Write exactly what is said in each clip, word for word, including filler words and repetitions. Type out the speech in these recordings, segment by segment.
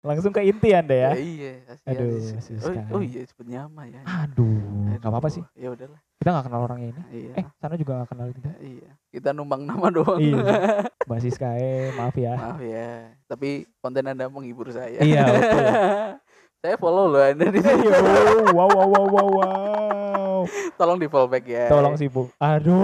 Langsung ke inti Anda ya. Ya, iya, kasihan Aduh, sih. sih Oh, sekali. oh iya sebut nama ya. Aduh, nggak apa-apa sih. Ya udahlah. Kita nggak kenal orangnya ini. Iya. Eh, sana juga nggak kenal kita. Iya. Kita numpang nama doang. Iya. Mbak Siskae, maaf ya. Maaf ya. Tapi konten Anda menghibur saya. Iya, betul. Saya follow loh Anda di situ. Wow, wow, wow, wow, wow. Tolong di follow back ya. Tolong sibuk. Aduh.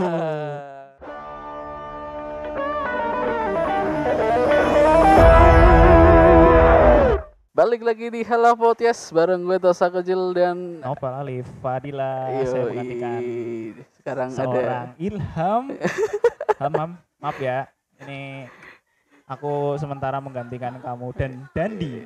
Balik lagi di Halo Podcast bareng gue Tosa Kecil dan Nopal Alif Fadila. Saya menggantikan sekarang seorang ada Ilham. Ilham, maaf ya. Ini aku sementara menggantikan kamu dan Dandi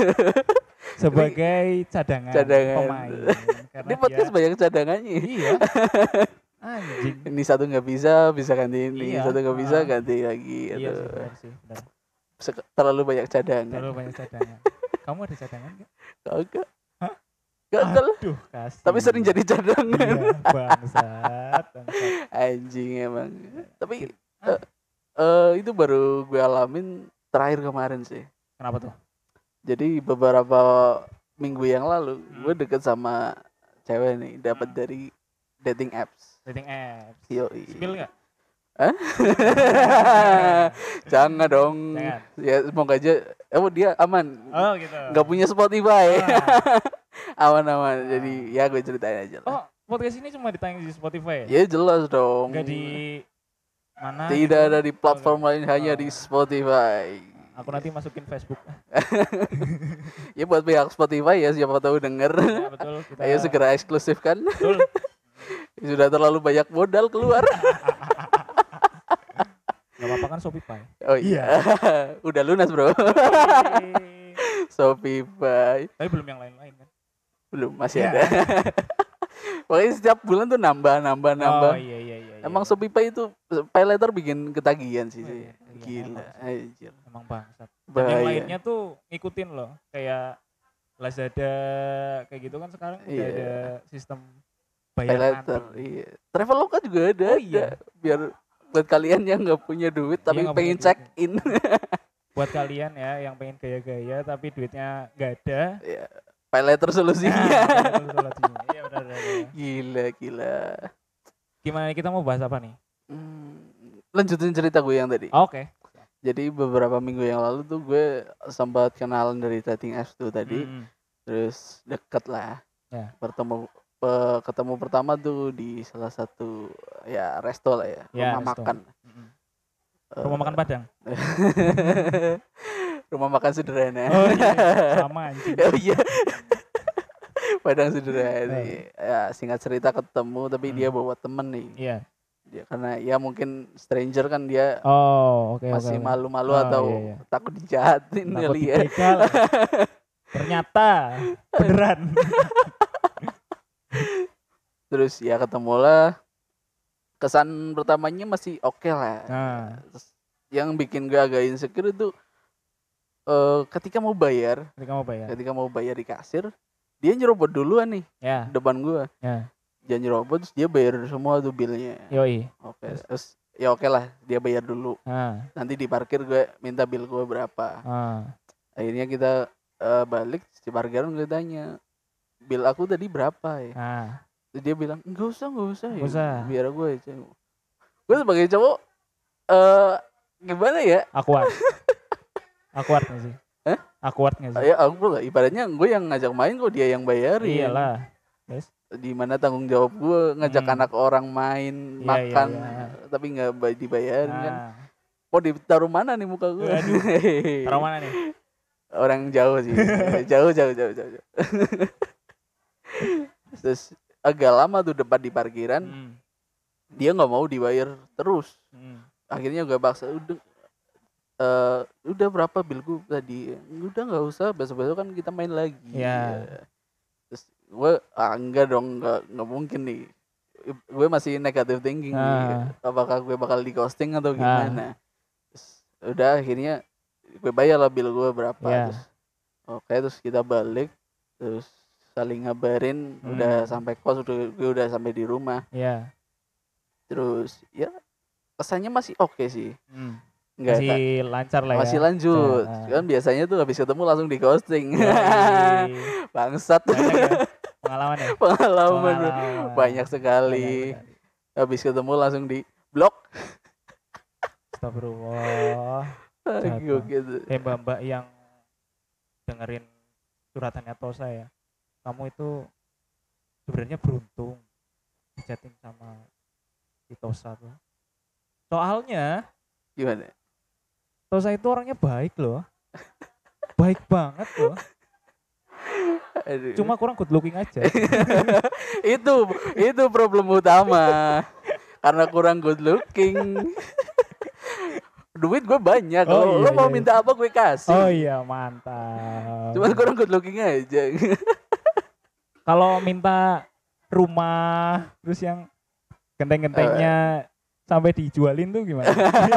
sebagai cadangan, cadangan. pemain. Karena di podcast dia... banyak cadangannya. Iya. Anjing. Ini satu nggak bisa, bisa ganti ini. Iya. Satu nggak bisa, uh, ganti lagi. Iya sih, benar sih, benar. Terlalu banyak cadangan. Terlalu banyak cadangan. Kamu ada cadangan nggak? Kagak. Hah? Gagal. Aduh, kasih. Tapi sering jadi cadangan. Iya, bangsat, bangsat. Anjing emang. Tapi uh, uh, itu baru gue alamin terakhir kemarin sih. Kenapa tuh? Jadi beberapa minggu yang lalu hmm. gue deket sama cewek nih, dapat hmm. dari dating apps. Dating apps. Yoi. Spill nggak? Hah? Jangan dong. Jangan. Ya semoga aja. Oh dia aman. Oh gitu. Gak punya Spotify. Oh. Aman-aman. Oh. Jadi ya gue ceritain aja lah. Oh podcast ini cuma ditayang di Spotify? Ya jelas dong. Gak di mana? Tidak gitu? Ada di platform oh, lain oh. hanya di Spotify. Aku nanti masukin Facebook. Ya buat pihak Spotify ya siapa tahu denger. Ya, betul, kita... Ayo segera eksklusifkan. Betul. Sudah terlalu banyak modal keluar. Gak apa-apa kan Shopify. Oh iya. Udah lunas bro. Shopify. Tapi belum yang lain-lain kan? Belum, masih yeah. ada. Pokoknya setiap bulan tuh nambah, nambah, nambah. Oh iya iya iya. Emang iya. Shopify itu pay later bikin ketagihan sih. Oh, iya. Gila. Anjir. Emang bangsat. Dan yang lainnya tuh ngikutin loh. Kayak Lazada kayak gitu kan sekarang udah yeah. ada sistem bayar letter. Iya. Traveloka juga ada. Oh iya. Ada. Biar buat kalian yang nggak punya duit tapi ya, pengen check in. Buat kalian ya yang pengen gaya-gaya tapi duitnya nggak ada. Iya. Pay letter solusinya. Nah, iya benar benar. Gila gila. Gimana kita mau bahas apa nih? Hmm, lanjutin cerita gue yang tadi. Oh, Oke. Okay. Jadi beberapa minggu yang lalu tuh gue sempat kenalan dari dating apps tuh tadi. Hmm. Terus deket lah. Ya. Bertemu Pe, ketemu pertama tuh di salah satu ya resto lah ya, ya rumah resto. makan. Mm-hmm. Rumah uh, makan Padang. Rumah makan sederhana. Oh iya, sama anjing. Oh iya. Padang sederhana. Oh. Ya singkat cerita ketemu tapi hmm. dia bawa temen nih. Iya. Yeah. Dia karena ya mungkin stranger kan dia oh, okay, masih okay. malu-malu oh, atau iya, iya. takut dijahatin kali ya. Ternyata beneran. Terus ya ketemulah, kesan pertamanya masih oke okay lah. Nah. Terus yang bikin gue agak insecure itu uh, ketika mau bayar, ketika mau bayar, ketika mau bayar di kasir, dia nyerobot duluan nih, ya. depan gue. Ya. Dia nyerobot terus dia bayar semua tuh bilnya. Yoi. Oke. Okay. Terus ya oke okay lah, dia bayar dulu. Nah. Nanti di parkir gue minta bil gue berapa. Nah. Akhirnya kita uh, balik di parkiran gue tanya, bil aku tadi berapa ya? Nah. Dia bilang enggak usah enggak usah ya. Usah. Biar gue aja. Gue sebagai cowok eh uh, gimana ya? Akuat. Akuat nggak sih? Hah? Akuat nggak sih? Ya aku lah. Ibaratnya gue yang ngajak main kok dia yang bayarin. Iyalah. Yes. Di mana tanggung jawab gue ngajak hmm. anak orang main yeah, makan yeah, yeah. tapi nggak dibayarin nah. kan? Mau ditaruh mana nih muka gue? Taruh mana nih? Orang jauh sih. jauh jauh jauh jauh. jauh. Terus agak lama tuh depan di parkiran, hmm. dia nggak mau dibayar terus. Hmm. Akhirnya gue paksa, udah, uh, udah berapa bilku tadi? Udah nggak usah, besok-besok kan kita main lagi. Yeah. Ya. Terus gue, ah, enggak dong, nggak nggak mungkin nih. Gue masih negative thinking ah. nih. Apakah gue bakal di ghosting atau gimana? Ah. Terus, udah akhirnya gue bayar lah bil gue berapa. Yeah. Terus, oke, okay, terus kita balik, terus saling ngabarin hmm. udah sampai kos, udah gue udah sampai di rumah. Iya. Yeah. Terus ya kesannya masih oke okay sih. Hmm. Enggak, masih Kak. lancar lah ya. Masih lanjut. Nah. Kan biasanya tuh habis ketemu langsung di ghosting. Bangsat. Banyak ya pengalaman ya. Pengalaman, Pengalaman. banyak sekali. Banyak habis ketemu langsung di blok. Astagfirullah. Gitu. Eh mbak-mbak yang dengerin curhatannya Tosa ya. Kamu itu sebenarnya beruntung chatting sama si Tosa tuh. Soalnya gimana? Tosa itu orangnya baik loh. Baik banget loh. Aduh. Cuma kurang good looking aja. itu itu problem utama. Karena kurang good looking. Duit gue banyak. Kalau oh, iya, lo mau iya. minta apa gue kasih. Oh iya, mantap. Cuma kurang good looking aja. Kalau minta rumah terus yang genteng-gentengnya uh. sampai dijualin tuh gimana?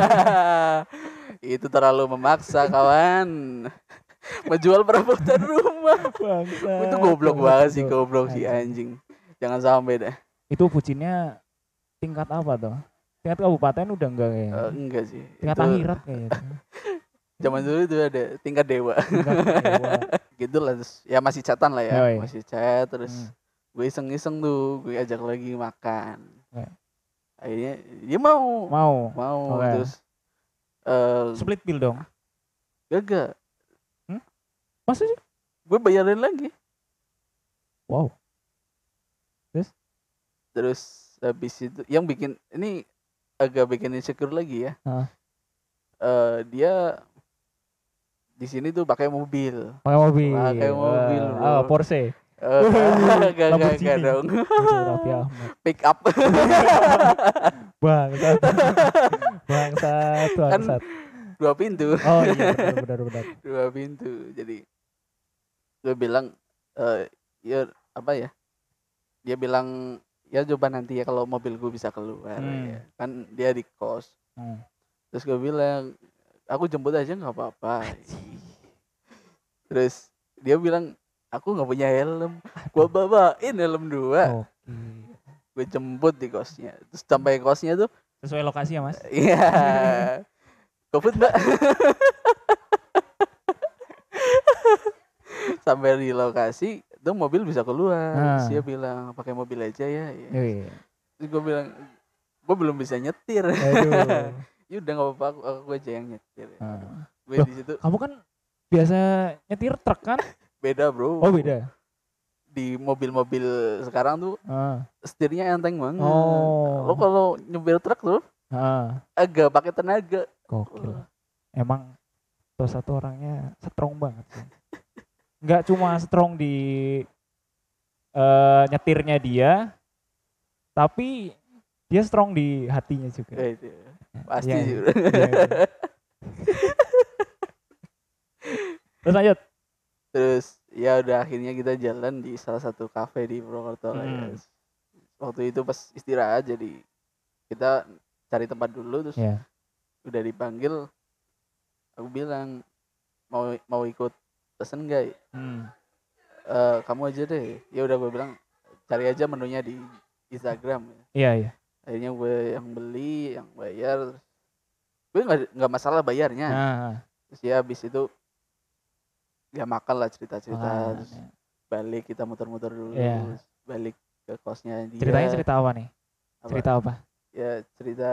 Itu terlalu memaksa, kawan. Menjual perabotan rumah. Bangsa. Itu goblok banget sih, goblok si anjing. Jangan sampai deh. Itu bucinnya tingkat apa tuh? Tingkat kabupaten udah enggak kayaknya? Uh, enggak sih. Tingkat itu... akhirat kayaknya. Zaman dulu itu ada tingkat dewa. Tingkat dewa. Gitu lah, terus ya masih chatan lah ya. Yoi. Masih chat, terus hmm. gue iseng-iseng tuh, gue ajak lagi makan. Yoi. Akhirnya dia mau. Mau. Mau, okay. Terus. Uh, split bill dong? Gak. Hmm? Masa sih? Gue bayarin lagi. Wow. Terus? Terus habis itu yang bikin ini agak bikin insecure lagi ya. Uh. Uh, dia di sini tuh pakai mobil. Pakai mobil. Pakai mobil. Uh, oh, Porsche. Uh, gak, gak, gak dong. Pick up. Bangsat. Bangsat, bangsat. Kan dua pintu. Oh iya, benar benar benar. Dua pintu. Jadi gue bilang uh, ya apa ya? Dia bilang ya coba nanti ya kalau mobil gue bisa keluar hmm. ya. Kan dia di kos. Hmm. Terus gue bilang aku jemput aja nggak apa-apa. Terus dia bilang aku nggak punya helm. Gue bawain helm dua. Okay. Gue jemput di kosnya. Terus sampai kosnya tuh sesuai lokasi ya mas? Iya. Koput mbak. Sampai di lokasi tuh mobil bisa keluar. Ah. Terus dia bilang pakai mobil aja ya. Ya. Iya. Terus gue bilang gue belum bisa nyetir. Aduh. Ya udah nggak apa-apa, aku, aku aja yang nyetir. Ah. Gue di situ. Kamu kan biasa nyetir truk kan? Beda bro. Oh beda. Di mobil-mobil sekarang tuh ah. setirnya enteng banget. Oh. Lo kalau nyupir truk tuh ah. agak pakai tenaga. Gokil. Emang tuh satu orangnya strong banget sih. Nggak cuma strong di uh, nyetirnya dia, tapi dia strong di hatinya juga. Ya, itu. Pasti ya, juga. Ya, terus lanjut. Terus ya udah akhirnya kita jalan di salah satu kafe di Purwokerto. Hmm. Ya. Waktu itu pas istirahat jadi kita cari tempat dulu terus yeah. Udah dipanggil. Aku bilang mau mau ikut pesen enggak? Hmm. Uh, kamu aja deh. Ya udah gue bilang cari aja menunya di Instagram. Iya yeah, iya. Yeah. Akhirnya gue yang beli, yang bayar. Gue nggak nggak masalah bayarnya. Nah. Terus ya habis itu ya makan lah cerita-cerita. Ah, terus ya. Balik kita muter-muter dulu. Yeah. Balik ke kosnya dia. Ceritanya cerita apa nih? Apa? Cerita apa? Ya cerita.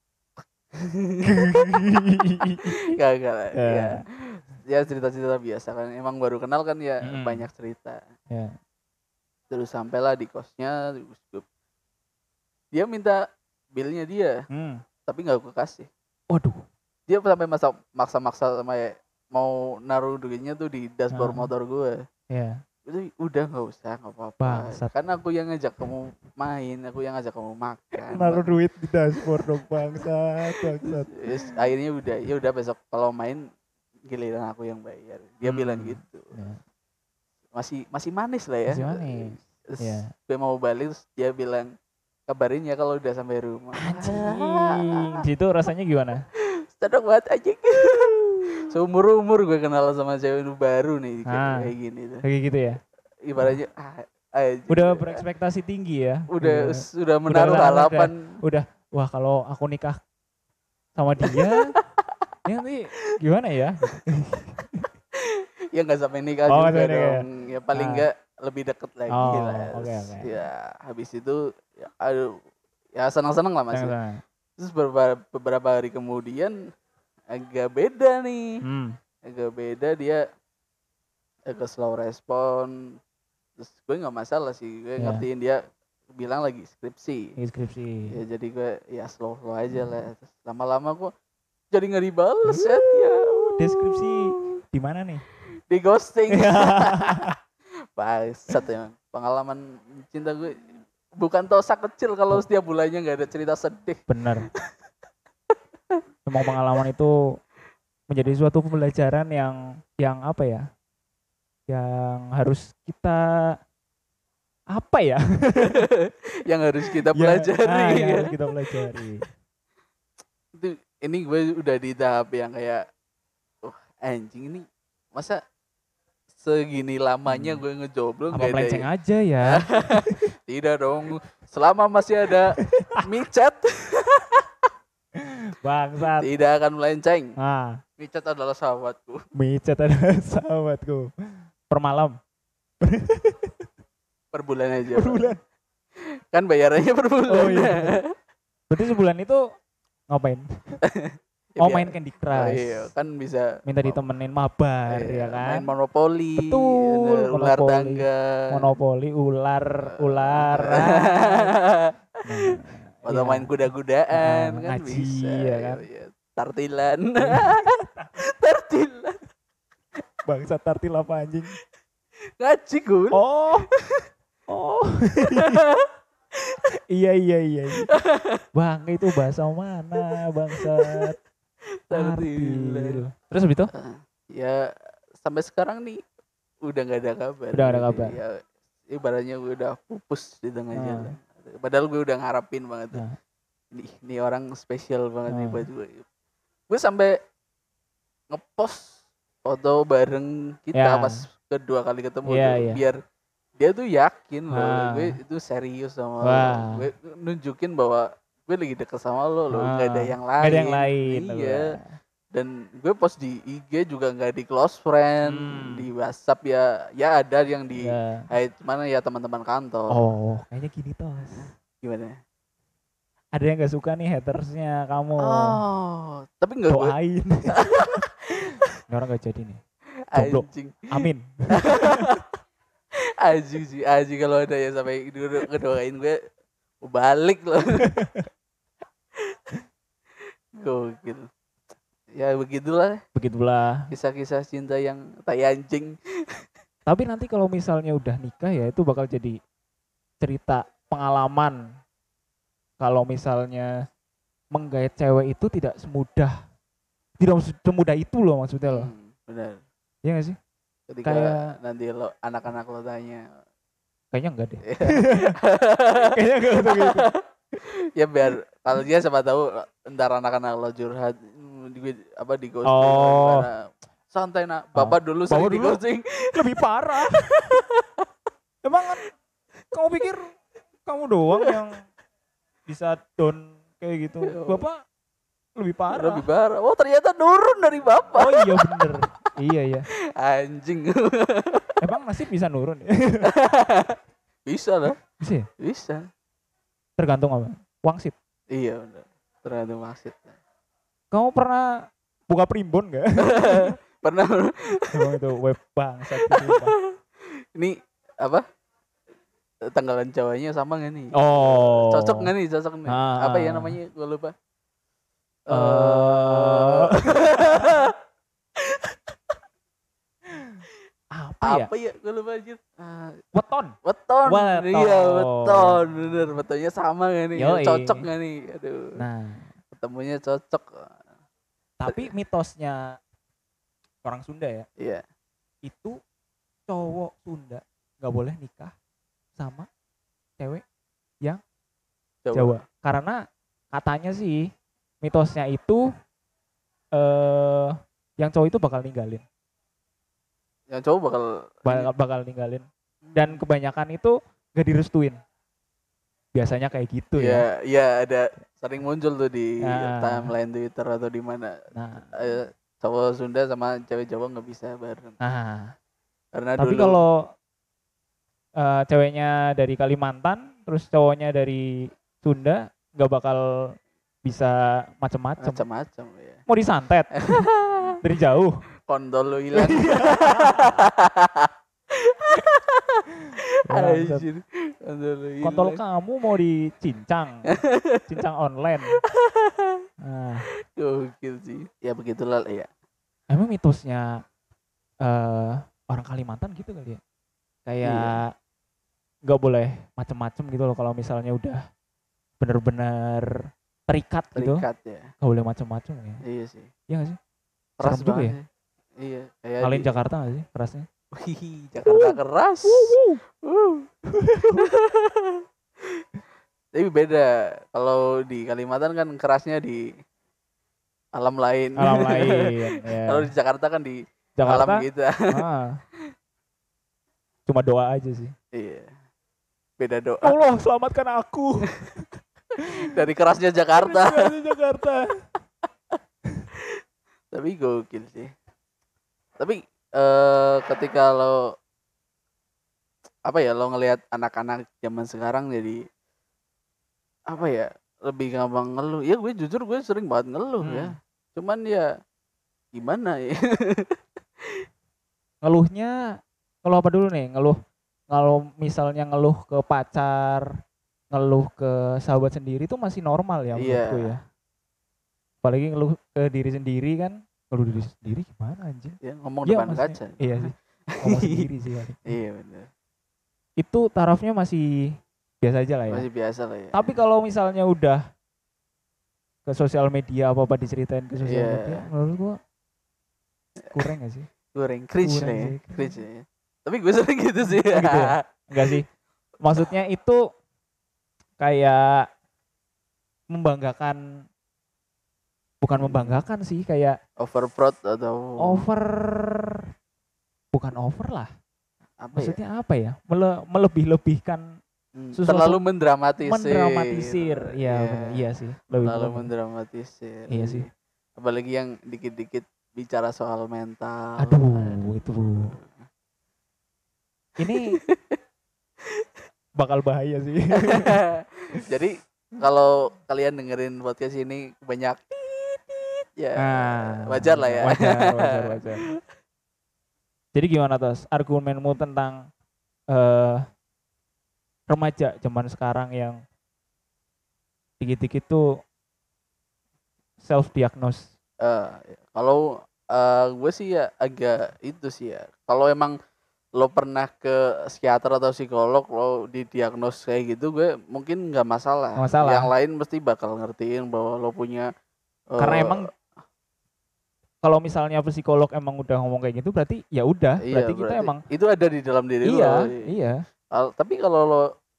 Gak gak lah. Yeah. Ya. Ya cerita-cerita biasa kan. Emang baru kenal kan ya hmm. banyak cerita. Yeah. Terus sampailah di kosnya. Dia minta bilnya dia, hmm. tapi nggak aku kasih. Waduh. Dia sampai maksa-maksa sama ya, mau naruh duitnya tuh di dashboard hmm. motor gue. Iya. Itu udah nggak usah, nggak apa-apa. Karena aku yang ngajak kamu main, aku yang ngajak kamu makan. Naruh bang. Duit di dashboard dong bangsat, bangsat. Yes, akhirnya udah, ya udah besok kalau main giliran aku yang bayar. Dia hmm. bilang gitu. Yeah. Masih masih manis lah ya. Masih manis. Terus yeah. Gue mau balik, terus dia bilang kabarin ya kalau udah sampai rumah. Anjing. Situ rasanya gimana? Sedang banget anjing. Seumur umur gue kenal sama cewek baru nih ah, kayak gini tuh. Kayak gitu ya. Ibaratnya ah, anjing, udah berekspektasi tinggi ya. Udah udah, udah menaruh udah harapan. Udah, udah wah kalau aku nikah sama dia Ini nanti gimana ya? Ya nggak sampai nikah Oh, juga sampai nikah ya? dong. Ya paling Ah. nggak lebih deket lagi Oh, lah. oke, oke. Ya habis itu ya, aduh, ya senang-senang lah masih. Senang-senang. Terus beberapa, beberapa hari kemudian agak beda nih. Hmm. Agak beda dia agak slow respon. Terus gue nggak masalah sih, gue Yeah. ngertiin dia bilang lagi skripsi. Lagi skripsi. Ya jadi gue ya slow slow aja lah. Terus lama-lama gue jadi nggak dibales ya. Ya Deskripsi di mana nih? di ghosting. Bangsat ya. Pengalaman cinta gue bukan dosa kecil kalau setiap bulannya nggak ada cerita sedih. Bener. Memang pengalaman itu menjadi suatu pembelajaran yang yang apa ya? Yang harus kita apa ya? Yang harus kita Ya, pelajari. ah, yang ya. harus kita pelajari. Itu ini gue udah di tahap yang kayak oh anjing ini masa segini lamanya Hmm. gue ngejomblo Apa nggak ada melenceng ya? aja ya? Tidak dong, selama masih ada micet Bangsat. tidak akan melenceng. Ah, Micet adalah sahabatku. micet ada sahabatku. Per malam. Per bulan aja. Per bulan. Kan bayarannya per bulan. Oh iya. Berarti sebulan itu ngapain? Ya, Oh biar- main Candy Oh, Crush. iya, kan bisa Minta ditemenin mabar iya, ya kan? main monopoli. Betul, bener, ular monopoli. tangga. Monopoli ular ular. Nah, Atau iya. main kuda-kudaan Ah, kan ngaji, bisa. ya kan? Iya, iya. Tartilan. Tartilan. Bangsa tartil apa anjing? Ngaji gue. Oh. Oh. Iya iya iya. iya. Bang itu bahasa mana bangsat? Tartilan. Tartil. Terus habis itu? Ya sampai sekarang nih udah nggak ada kabar. Udah nggak ada kabar. Ya, ibaratnya gue udah pupus di tengah Ah. jalan. Padahal gue udah ngarepin banget. tuh. Nah. Ini, ini orang spesial banget nih Ah. buat gue. Gue sampai ngepost foto bareng kita Ya. pas kedua kali ketemu Iya, tuh, iya. biar dia tuh yakin loh Ah. gue itu serius sama Wah. lo. Gue nunjukin bahwa gue lagi deket sama lo loh, nggak ada Ah. yang lain. Nggak ada yang lain. Iya. Dan gue post di I G juga nggak di close friend, Hmm. di WhatsApp ya ya ada yang di Ya. hai mana ya teman-teman kantor. Oh, kayaknya gini tos. Gimana? Ada yang gak suka nih hatersnya kamu. Oh, tapi nggak gue Doain. Ini orang gak jadi nih. Jomblo. anjing. Amin. Anjing sih, anjing kalau ada ya sampai ngedo- ngedoain gue balik loh. Gokil. Ya begitulah Begitulah. kisah-kisah cinta yang tai anjing. Tapi nanti kalau misalnya udah nikah ya itu bakal jadi cerita pengalaman. Kalau misalnya menggait cewek itu tidak semudah tidak semudah itu loh maksudnya loh. Hmm, benar. Iya gak sih? Ketika Kayak- nanti lo anak-anak lo tanya, Kayaknya enggak deh. Kayaknya enggak gitu. gitu. ya biar kalau dia siapa tahu ntar anak-anak lo curhat hmm, di apa di ghosting Oh. gimana. Santai nak, bapak dulu sering Bapak di dulu. ghosting. Lebih parah. Emang kan kamu pikir kamu doang yang bisa down kayak gitu. Bapak lebih parah. Lebih parah. Oh ternyata nurun dari bapak. Oh iya bener. Iya ya. Anjing. Emang nasib bisa nurun ya? Bisa lah, Bisa ya? bisa. Tergantung apa? Wangsit. Iya benar. Tergantung wasit. Kamu pernah buka primbon gak? Pernah Emang itu web bangsat itu, Pak. ini apa? Tanggalan cowoknya sama gak nih? Oh. Cocok gak nih? Cocok nih. Ah. Apa ya namanya? Gue lupa. Eh, apa ya? Apa ya? Gue lupa anjir. Ah, Weton. weton. Weton. Iya, weton. Bener, wetonnya sama gak nih? Yoi. Cocok gak nih? Aduh. Nah, Ketemunya cocok. tapi mitosnya orang Sunda ya, Iya. itu cowok Sunda nggak boleh nikah sama cewek Coba. Jawa. Karena katanya sih mitosnya itu eh yang cowok itu bakal ninggalin, Yang cowok bakal bakal, bakal ninggalin. Dan kebanyakan itu gak direstuin. biasanya kayak gitu ya. ya. Iya, ada sering muncul tuh di Nah. timeline Twitter atau di mana. Nah, eh, cowok Sunda sama cewek Jawa nggak bisa bareng. nah. Karena Tapi dulu kalau uh, ceweknya dari Kalimantan, terus cowoknya dari Sunda, nggak bakal bisa macem-macem. macam-macam ya. Mau disantet dari jauh. Kontol lu hilang. Anjir. Kontol lu hilang. Kontol kamu mau dicincang. Cincang online. Nah, gokil sih. Ya begitulah ya. emang mitosnya uh, orang Kalimantan gitu kali ya. Kayak nggak iya. boleh macem-macem gitu loh kalau misalnya udah bener-bener terikat, terikat gitu. Ya. Nggak boleh macem-macem ya. Iya sih. Iya nggak sih? Keras juga ya. Sih. Iya. Kayak Kalian di... Jakarta nggak sih kerasnya? Wih, Jakarta uh, keras. Uh, uh. Tapi beda. Kalau di Kalimantan kan kerasnya di alam lain. Alam lain. Ya. Kalau di Jakarta kan di Jakarta, alam kita. Ah, cuma doa aja sih. Iya. Beda doa. Allah selamatkan aku dari kerasnya Jakarta. Dari kerasnya Jakarta. Tapi gokil sih. Tapi uh, ketika lo apa ya lo ngelihat anak-anak zaman sekarang jadi apa ya lebih gampang ngeluh. Ya gue jujur gue sering banget ngeluh hmm. ya. Cuman ya gimana ya? Ngeluhnya ngeluh apa dulu nih? Ngeluh kalau misalnya ngeluh ke pacar, ngeluh ke sahabat sendiri itu masih normal ya menurutku yeah. ya. Apalagi ngeluh ke diri sendiri kan, ngeluh diri sendiri gimana anjir? Ya, ngomong ya, depan kaca. Iya sih. Ngomong sendiri sih. Iya benar. Itu tarafnya masih biasa aja lah ya. Masih biasa lah ya. Tapi kalau misalnya udah ke sosial media apa-apa diceritain ke sosial yeah. media, menurut gua kurang gak sih? Kurang, cringe kurang nih, cringe ya. Tapi gue sering gitu sih. Oh gitu ya? Enggak sih. Maksudnya itu kayak membanggakan, bukan membanggakan sih, kayak over proud atau over, bukan over lah. Apa Maksudnya ya? apa ya? Mele- melebih-lebihkan. Hmm, terlalu mendramatisir. Mendramatisir, iya ya. benar, iya sih. Lebih terlalu bener. mendramatisir. Iya sih. Apalagi yang dikit-dikit bicara soal mental. Aduh, itu. Ini bakal bahaya sih. Jadi kalau kalian dengerin podcast ini banyak ya ah, wajar lah ya. Wajar, wajar, wajar. Jadi gimana Tos? Argumenmu tentang uh, remaja zaman sekarang yang dikit-dikit tuh self diagnose. Uh, kalau uh, gue sih ya agak itu sih ya. Kalau emang lo pernah ke psikiater atau psikolog, lo didiagnos kayak gitu, gue mungkin nggak masalah. masalah. Yang lain mesti bakal ngertiin bahwa lo punya. Karena uh, emang kalau misalnya psikolog emang udah ngomong kayak gitu, berarti ya udah, iya, berarti kita berarti emang itu ada di dalam diri iya, lo. Iya, iya. Tapi kalau lo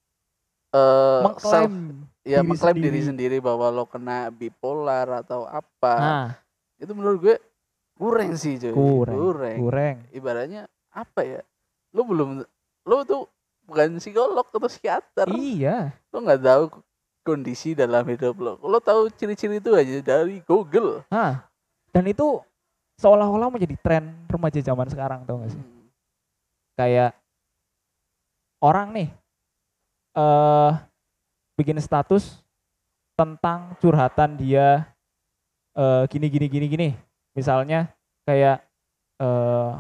uh, mengklaim ya diri mengklaim sendiri. diri sendiri bahwa lo kena bipolar atau apa, nah. itu menurut gue kurang sih cuy. Kurang. Kurang. Kurang. Ibaratnya apa ya? Lo belum, lo tuh bukan psikolog atau psikiater. Iya. Lo nggak tahu kondisi dalam hidup lo. Lo tahu ciri-ciri itu aja dari Google. Hah. Dan itu seolah-olah menjadi tren remaja zaman sekarang, tau gak sih? Hmm. Kayak orang nih uh, bikin status tentang curhatan dia uh, gini gini gini gini. Misalnya kayak uh,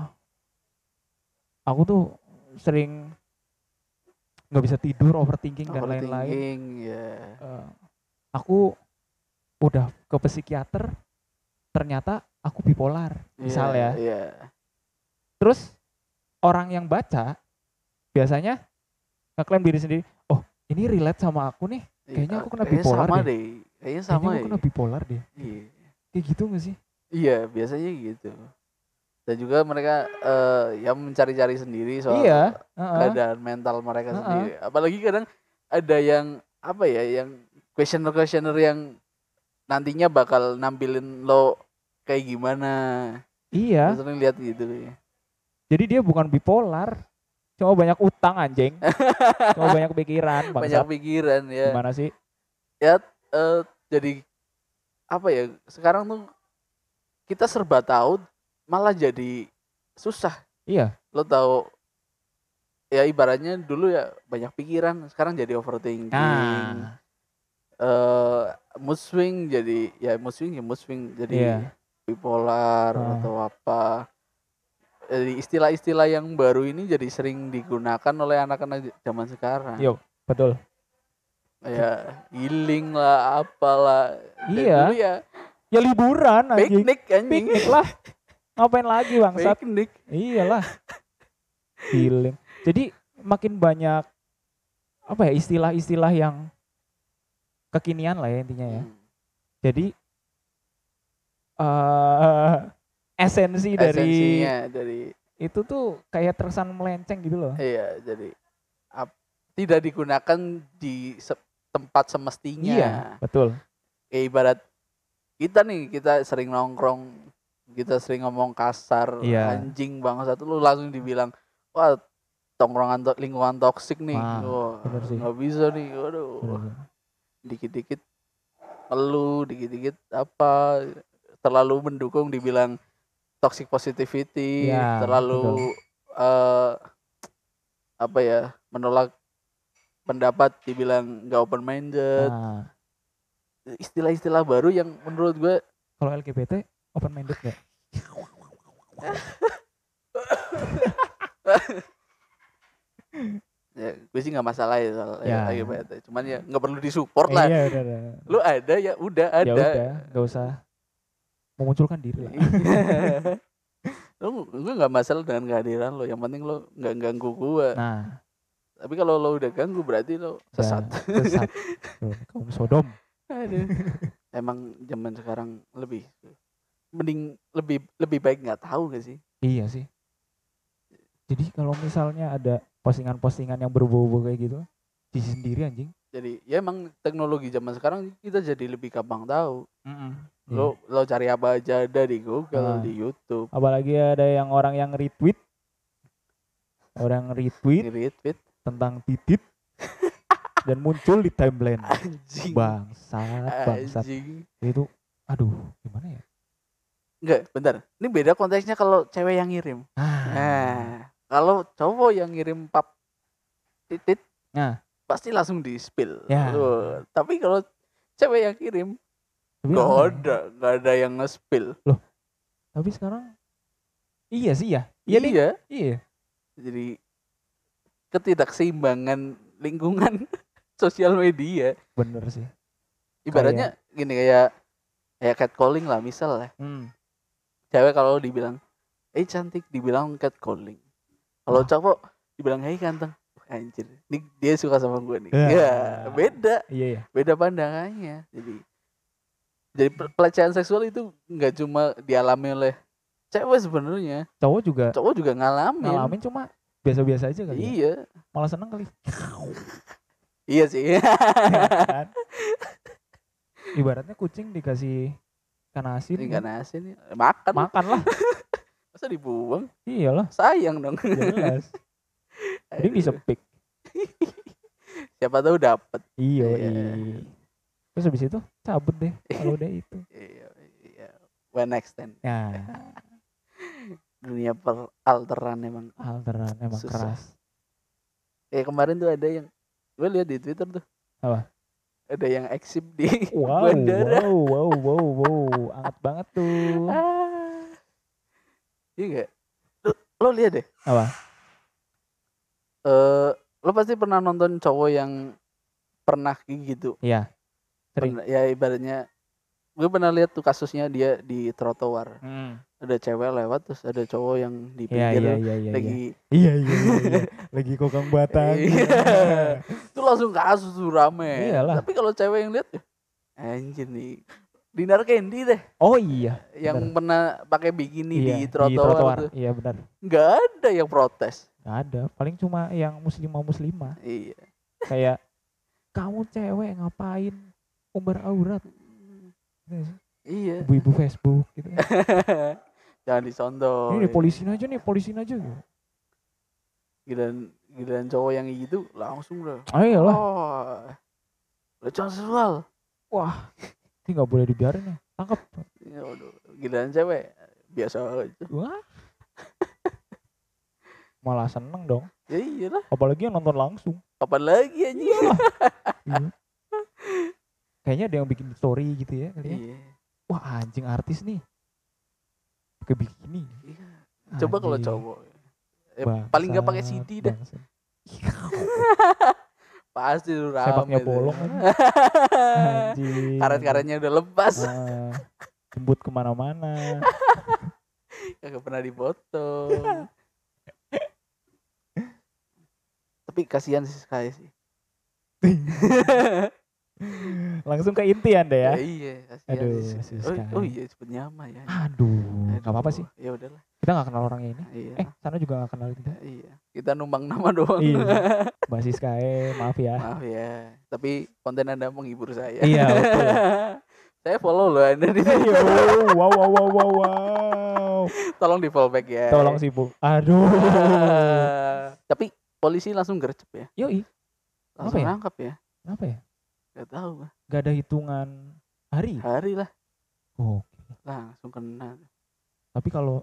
aku tuh sering nggak bisa tidur, overthinking, overthinking dan lain-lain. Yeah. Uh, aku udah ke psikiater, ternyata aku bipolar, yeah, misalnya. Yeah. Terus orang yang baca biasanya ngeklaim diri sendiri, oh ini relate sama aku nih, kayaknya aku kena bipolar sama deh. deh. Kayaknya sama kayaknya aku ya. kena bipolar deh. Yeah. Kayak gitu nggak sih? Iya, biasanya gitu. Dan juga mereka uh, yang mencari-cari sendiri soal iya, uh-uh. keadaan mental mereka uh-uh. sendiri. Apalagi kadang ada yang apa ya, yang questioner-questioner yang nantinya bakal nampilin lo kayak gimana. Iya. Sering lihat gitu ya. Jadi dia bukan bipolar, Cuma banyak utang anjing. Cuma banyak pikiran, bangsat. Banyak pikiran ya. Gimana sih? Ya uh, jadi apa ya? Sekarang tuh kita serba tahu malah jadi susah. Iya. Lo tahu ya ibaratnya dulu ya banyak pikiran, sekarang jadi overthinking. Nah. Uh, mood swing jadi ya mood swing ya mood swing jadi iya. bipolar oh. atau apa. Jadi istilah-istilah yang baru ini jadi sering digunakan oleh anak-anak zaman sekarang. Yo, betul. Ya healing lah, apalah. Iya. Dulu ya. Ya liburan anjing. Piknik anjing. Piknik lah. Ngapain lagi bangsat? Piknik. Iyalah. Healing. Jadi makin banyak apa ya istilah-istilah yang kekinian lah ya intinya ya. Hmm. Jadi uh, esensi dari, dari itu tuh kayak terkesan melenceng gitu loh. Iya, jadi ap, tidak digunakan di se, tempat semestinya. Iya, betul. Kayak ibarat kita nih, kita sering nongkrong, kita sering ngomong kasar, iya. Anjing bangsa tuh lu langsung dibilang, wah tongkrongan to, lingkungan toksik nih. Wah, nggak bisa nih, waduh. Dikit-dikit ngeluh, dikit-dikit apa, terlalu mendukung dibilang toxic positivity, ya, terlalu uh, apa ya menolak pendapat dibilang nggak open minded. Nah. Istilah-istilah baru yang menurut gue kalau L G B T open minded nggak? Ya gue sih nggak masalah ya soal ya. L G B T, cuman ya nggak perlu disupport lah. Iya, udah, udah. Lu ada ya udah ada. Ya udah, nggak usah memunculkan diri lah. Lo gue nggak masalah dengan kehadiran lo, yang penting lo nggak ganggu gue. Nah, tapi kalau lo udah ganggu berarti lo sesat. Ya, sesat. Kaum Sodom. Aduh. Emang zaman sekarang lebih mending lebih lebih baik nggak tahu gak sih? Iya sih. Jadi kalau misalnya ada postingan-postingan yang berbau-bau kayak gitu, sisi sendiri anjing. Jadi ya emang teknologi zaman sekarang kita jadi lebih gampang tahu. Mm-mm. Lo yeah. lo cari apa aja ada di Google, nah, di YouTube. Apalagi ada yang orang yang retweet, orang retweet, retweet tentang titit dan muncul di timeline. Anjing. Bangsat, bangsat. Anjing. Itu, aduh, gimana ya? Enggak, bentar. Ini beda konteksnya kalau cewek yang ngirim. Ah. Nah, kalau cowok yang ngirim pap titit, nah, pasti langsung di spill. Ya. Loh, tapi kalau cewek yang kirim, nggak ada, nggak ada yang nge-spill. Loh, tapi sekarang iya sih ya. Iya, iya. Iya. Jadi ketidakseimbangan lingkungan sosial media. Bener sih. Ibaratnya kayak gini kayak kayak catcalling lah misal lah. Hmm. Cewek kalau dibilang, eh cantik, dibilang catcalling. Kalau oh. cowok dibilang, hei ganteng. Anjir, nih dia suka sama gue nih. Ya, ya beda. Iya, iya. Beda pandangannya. Jadi jadi pelecehan seksual itu nggak cuma dialami oleh cewek sebenarnya. Cowok juga. Cowok juga ngalamin. Ngalamin cuma biasa-biasa aja kali. Iya. Ya? Malah seneng kali. Iya sih. Kan? Ibaratnya kucing dikasih ikan asin. Ikan asin makan. Makan lah. Masa dibuang? Iyalah. Sayang dong. Jelas. Jadi disepik. Siapa tahu dapat. Iya, iya. Terus habis itu cabut deh kalau udah itu. Iya, iya. One extend. Ya. Dunia per alteran emang. Alteran emang susah. Keras. Eh kemarin tuh ada yang gue lihat di Twitter tuh. Apa? Ada yang eksib di wow, bandara. Wow, wow, wow, wow. Anget banget tuh. Ah. Iya gak? Lo, lo lihat deh. Apa? Eh, uh, lo pasti pernah nonton cowok yang pernah gitu. Iya. Sering. Pernah, ya ibaratnya gue pernah lihat tuh kasusnya dia di trotoar. Hmm. Ada cewek lewat terus ada cowok yang di pinggir ya, ya, ya, lagi iya iya iya, iya. Lagi kokang batang. Itu langsung kasus tuh rame. Iyalah. Tapi kalau cewek yang lihat anjir nih Dinar Candy deh. Oh iya. Yang benar. Pernah pakai bikini iya, di trotoar, di trotoar. Tuh. Iya benar. Nggak ada yang protes. Nggak ada. Paling cuma yang muslimah-muslimah. Iya. Kayak kamu cewek ngapain umbar aurat? Iya. Ibu-ibu Facebook gitu. Kan. Jangan disondol. Ini polisin aja nih, polisin aja gitu. Giliran giliran cowok yang gitu langsung dah. Oh iyalah. Oh, pelecehan seksual. Wah, ini nggak boleh dibiarin ya. Tangkap. Ya waduh, giliran cewek biasa aja. Wah. Malah seneng dong. Ya iyalah. Apalagi yang nonton langsung. Kapan lagi anjing? Iya. Kayaknya ada yang bikin story gitu ya kali ya. Iya. Wah anjing artis nih. Pakai bikini. Iya. Coba kalau cowok. Eh, Bangsa, paling gak pakai C D dah. Pasti lu rame. Sepaknya bolong aja. Anjing. Karet-karetnya udah lepas. Uh, jembut kemana-mana. Kagak pernah dipotong. Tapi kasihan sih Sky sih. Langsung ke inti Anda ya. Ya iya, kasihan. Aduh, sih. si Oh, Sky. oh iya cepet nyama ya. Aduh, enggak apa-apa sih. Ya udahlah. Kita enggak kenal orangnya ini. Iya. Eh, sana juga enggak kenal kita. Iya. Kita numpang nama doang. Iya. Mbak Siskae, maaf ya. Maaf ya. Tapi konten Anda menghibur saya. Iya, betul. Saya follow loh Anda di sini. Wow, wow, wow, wow, wow. Tolong di follow back ya. Tolong sibuk. Aduh. Tapi polisi langsung gercep ya. Yoi. Langsung ya? nangkap ya. Kenapa ya? Gak tahu. Gak ada hitungan hari. Hari lah. Oh. Langsung kena. Tapi kalau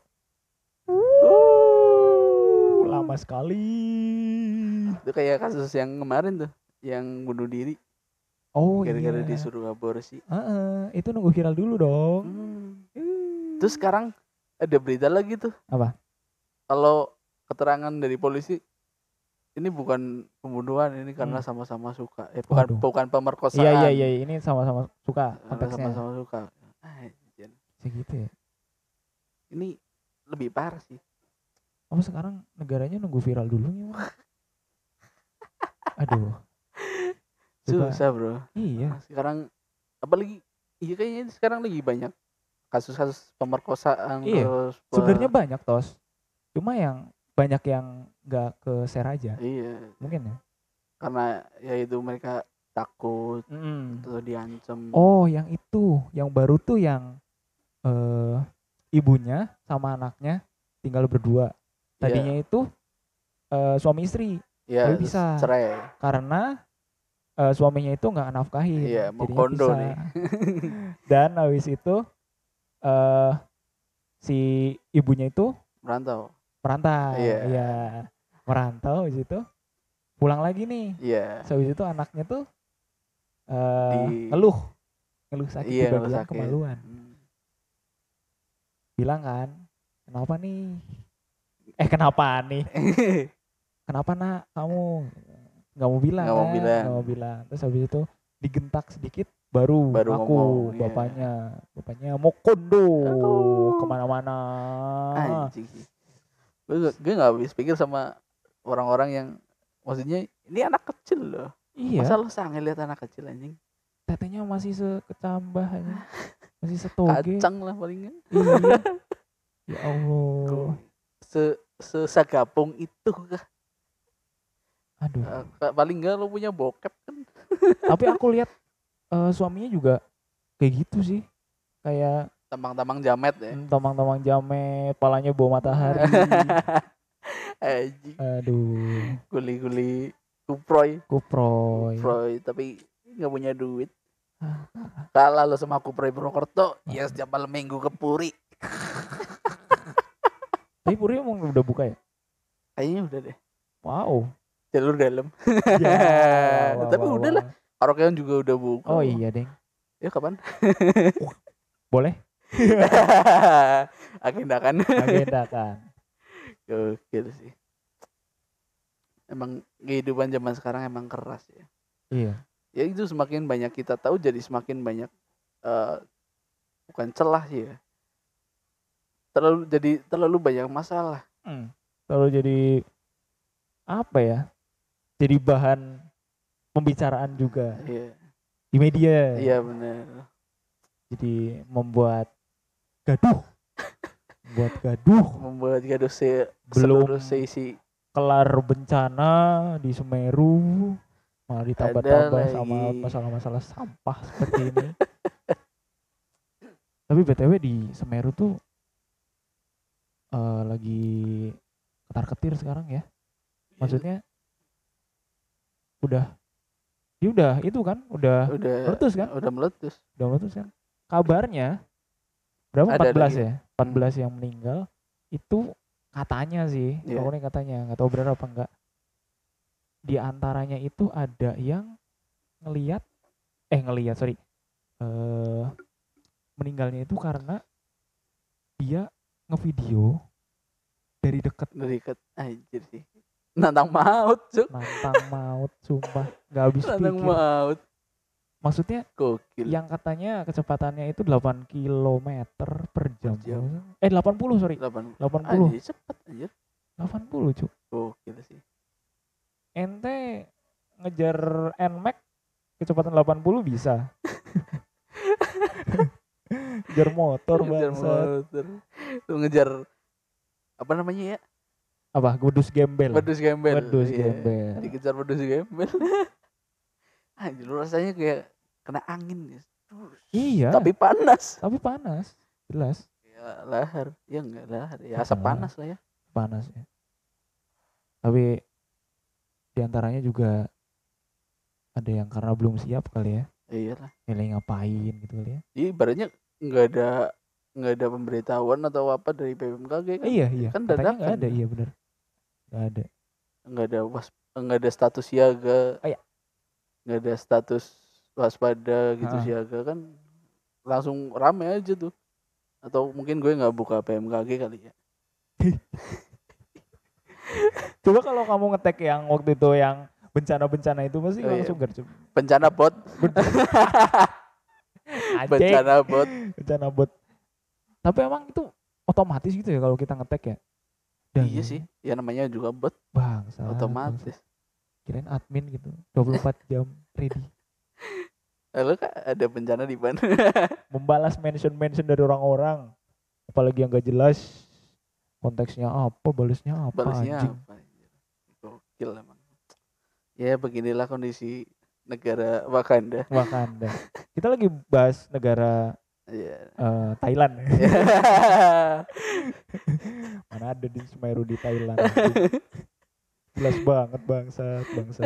uh, lama sekali. Itu kayak kasus yang kemarin tuh, yang bunuh diri. Oh gara-gara iya. disuruh aborsi. Uh-uh, itu nunggu viral dulu dong. Hmm. Terus sekarang ada berita lagi tuh. Apa? Kalau keterangan dari polisi ini bukan pembunuhan, ini karena hmm. sama-sama suka. Eh bukan Waduh. bukan pemerkosaan. Iya iya iya, ini sama-sama suka konteksnya. Sama-sama suka. Ah, segitu ya. Ini lebih parah sih. Oh sekarang negaranya nunggu viral dulu nih. Aduh. Susah bro. Iya. Sekarang apalagi iya kayaknya sekarang lagi banyak kasus-kasus pemerkosaan. Iya. Terus sebenarnya banyak tos. Cuma yang banyak yang nggak ke share aja. Iya. Mungkin ya. Karena ya itu mereka takut mm. atau diancam. Oh yang itu, yang baru tuh yang uh, ibunya sama anaknya tinggal berdua. Tadinya yeah. itu uh, suami istri. Iya. Tapi bisa cerai. Karena uh, suaminya itu nggak nafkahin. Iya. Mau kondo bisa. nih. Dan habis itu uh, si ibunya itu merantau. Merantau. Iya. Yeah. Yeah. Merantau habis itu pulang lagi nih. Iya. Yeah. So, habis itu anaknya tuh uh, Di... ngeluh. Ngeluh sakit yeah, juga bilang sakit. kemaluan. Hmm. Bilang kan, kenapa nih? Eh kenapa nih? Kenapa nak kamu nggak mau bilang? Nggak mau kan? bilang. Nggak mau bilang. Terus habis itu digentak sedikit, baru, baru aku ngomong, bapaknya, yeah. bapaknya mau kondo oh. kemana-mana. Anjing. Gue gue nggak habis pikir sama orang-orang yang maksudnya ini anak kecil loh. Iya. Masa lo sange lihat anak kecil anjing? Tetenya masih sekecambah aja. Masih setoge. Kacang lah palingnya. Iya. Ya Allah. Se sesagapung itu kah? Aduh. Uh, paling enggak lo punya bokep kan. Tapi aku lihat uh, suaminya juga kayak gitu sih. Kayak tamang-tamang jamet ya. Hmm, tamang-tamang jamet, palanya bau matahari. Aji. Aduh. Guli-guli kuproy. Kuproy. Kuproy tapi enggak punya duit. Kalah lo sama Kuproy Purwokerto, ya setiap malam minggu ke Puri. Tapi Puri emang udah buka ya? Kayaknya udah deh. Wow. Jalur dalam. Ya, wow, tapi wow, udahlah. Wow. Karaokean juga udah buka. Oh iya, Deng. Ya kapan? Boleh? Agenda kan. Agenda kan. Gokil sih. Emang kehidupan zaman sekarang emang keras ya. Iya. Ya itu semakin banyak kita tahu jadi semakin banyak uh, bukan celah sih ya. Terlalu jadi terlalu banyak masalah. Hmm. Terlalu jadi apa ya? Jadi bahan pembicaraan juga. Iya. Di media. Iya benar. Jadi membuat gaduh. Membuat gaduh. Membuat gaduh se belum seisi kelar bencana di Semeru. Malah ditambah-tambah sama masalah-masalah sampah seperti ini. Tapi B T W di Semeru tuh uh, lagi ketar-ketir sekarang ya. Maksudnya udah dia udah itu kan udah, udah meletus kan? Udah meletus. Udah meletus kan? Kabarnya berapa? Ada empat belas lagi. ya? empat belas hmm. yang meninggal itu katanya sih, yeah. Pokoknya katanya, nggak tahu benar apa enggak. Di antaranya itu ada yang ngelihat eh ngelihat sorry uh, meninggalnya itu karena dia ngevideo dari dekat. Dari dekat, anjir sih. Nantang maut, Cuk. Nantang maut, sumpah. Gak habis pikir. Nantang maut. Maksudnya gokil. Yang katanya kecepatannya itu delapan kilometer per jam. per jam. Eh delapan puluh sorry. delapan puluh. delapan puluh. Anjir, cepet anjir. delapan puluh, Cuk. Gokil sih. Ente ngejar N Max kecepatan delapan puluh bisa. Ngejar motor ngejar bangsat. motor. Lu ngejar apa namanya ya? Apa? Wedus gembel. Wedus gembel. Wedus iya. gembel. Dikejar wedus gembel. Anjir, lu rasanya kayak kena angin ya. Iya. Tapi panas. Tapi panas. Jelas. Ya lahar. Ya enggak lahar. Ya asap panas lah ya. Panas ya. Tapi diantaranya juga ada yang karena belum siap kali ya. Iyalah. Nilai ngapain gitu kali ya. Iya, ibaratnya nggak ada nggak ada pemberitahuan atau apa dari B M K G kan? Iya iya. Kan katanya nggak ada, ya? Iya benar. Nggak ada. Nggak ada was, nggak ada status siaga. Oh, iya. Nggak ada status waspada gitu, ha. Siaga kan langsung rame aja tuh. Atau mungkin gue nggak buka P M K G kali ya. Coba kalau kamu ngetek yang waktu itu yang bencana-bencana itu pasti oh, langsung iya. gercep. Bencana bot. Bencana bot. Bencana bot. Tapi emang itu otomatis gitu ya kalau kita ngetek ya? Dan iya sih, ya namanya juga bot. Bangsa. Otomatis. Bangsa. Kirain admin gitu, dua puluh empat jam ready. Lalu kak ada bencana di mana? Membalas mention-mention dari orang-orang. Apalagi yang gak jelas. Konteksnya apa, balasnya apa, balasnya anjing. Apa? Gokil emang. Ya beginilah kondisi negara Wakanda. Wakanda. Kita lagi bahas negara yeah. uh, Thailand. Mana ada di Semeru di Thailand. Jelas banget bangsat, bangsat.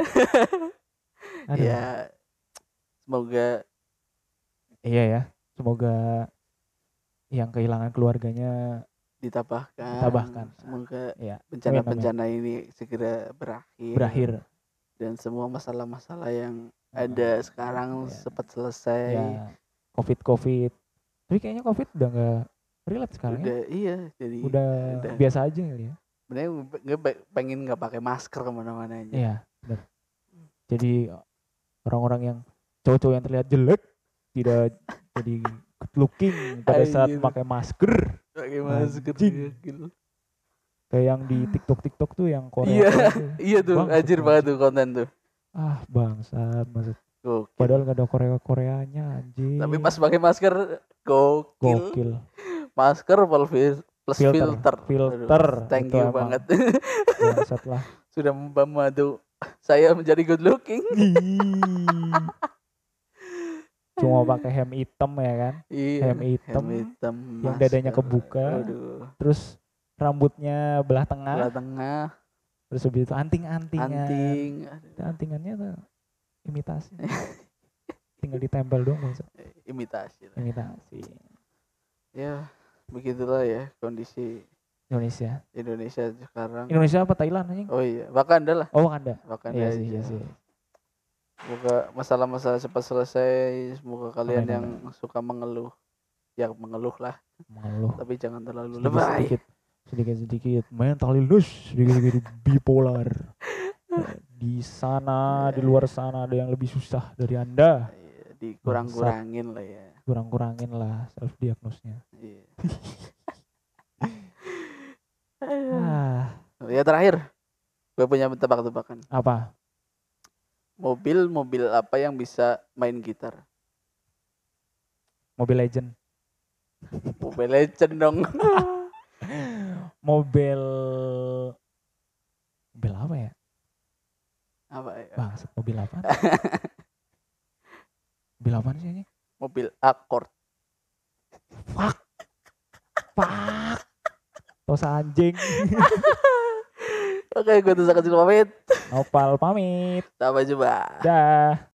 Ya, semoga. Iya ya, semoga yang kehilangan keluarganya ditabahkan. Ditabahkan. Semoga ya. bencana-bencana ini segera berakhir. Berakhir. Dan semua masalah-masalah yang hmm. ada sekarang ya. Cepat selesai. Ya. Covid-Covid. Tapi kayaknya Covid udah nggak relate sekarang udah, ya. Iya, jadi udah, udah biasa aja kali ya. Benernya gue pengen nggak pakai masker kemana-mana aja. Iya, benar. Jadi orang-orang yang cowok-cowok yang terlihat jelek tidak jadi good looking pada saat pakai masker. Pakai masker. Kayak yang di TikTok-TikTok tuh yang Korea. Iya, tuh. Iya tuh, anjir banget tuh konten tuh. Ah, bangsat, maksud. Gokil. Padahal gak ada Korea-Koreanya anjir. Tapi pas pakai masker gokil. Gokil. Masker plus plus filter. Filter. filter. Aduh, thank you banget. Bangsat lah. Sudah membantu saya menjadi good looking. Cuma pakai hem hitam ya kan? Iya, hem hitam. Hem hitam yang dadanya kebuka. Aduh. Terus rambutnya belah tengah. Belah tengah. Terus habis itu anting-antingan. Anting. Antingannya tuh imitasi. Tinggal ditempel doang maksud. Imitasi. Imitasi. Ya, begitulah ya kondisi Indonesia. Indonesia sekarang. Indonesia apa Thailand anjing? Oh iya, Wakanda lah. Oh Wakanda. Wakanda iya aja. Sih, iya sih. Semoga masalah-masalah cepat selesai. Semoga kalian amin, yang amin. Suka mengeluh, ya mengeluh lah. Mengeluh. Tapi jangan terlalu sedikit, lebay. Sedikit, sedikit-sedikit mental illness, sedikit-sedikit bipolar. Di sana, di luar sana ada yang lebih susah dari Anda. Dikurang-kurangin lah ya. Kurang-kurangin lah self diagnosnya. Iya. ah. Ya terakhir, gue punya tebak-tebakan. Apa? Mobil-mobil apa yang bisa main gitar? Mobil Legend. Mobil Legend dong. Mobil Mobil apa ya? Apa ya? Bangsat, mobil apa? Mobil apa sih ini? Mobil Accord. Fuck. Fuck. Tos anjing. Oke, gue tuh kecil pamit. Nopal pamit. Sampai jumpa. Dah.